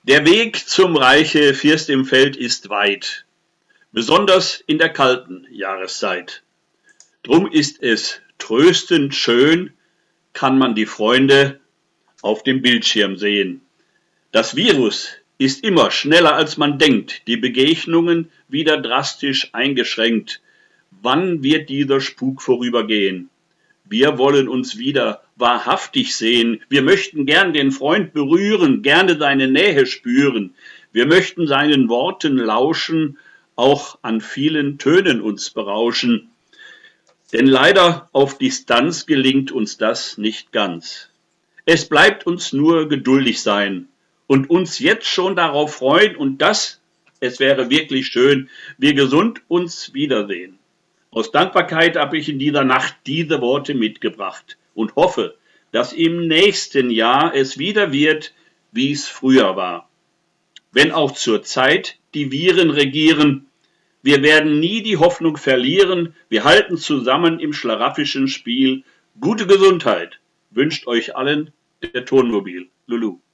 Der Weg zum Reiche First im Feld ist weit, besonders in der kalten Jahreszeit. Drum ist es tröstend schön, kann man die Freunde auf dem Bildschirm sehen. Das Virus ist immer schneller als man denkt, die Begegnungen wieder drastisch eingeschränkt. Wann wird dieser Spuk vorübergehen? Wir wollen uns wieder wahrhaftig sehen. Wir möchten gern den Freund berühren, gerne seine Nähe spüren. Wir möchten seinen Worten lauschen, auch an vielen Tönen uns berauschen. Denn leider auf Distanz gelingt uns das nicht ganz. Es bleibt uns nur geduldig sein und uns jetzt schon darauf freuen und es wäre wirklich schön, wir gesund uns wiedersehen. Aus Dankbarkeit habe ich in dieser Nacht diese Worte mitgebracht und hoffe, dass im nächsten Jahr es wieder wird, wie es früher war. Wenn auch zur Zeit die Viren regieren, wir werden nie die Hoffnung verlieren, wir halten zusammen im schlaraffischen Spiel. Gute Gesundheit wünscht euch allen der Tonmobil. Lulu.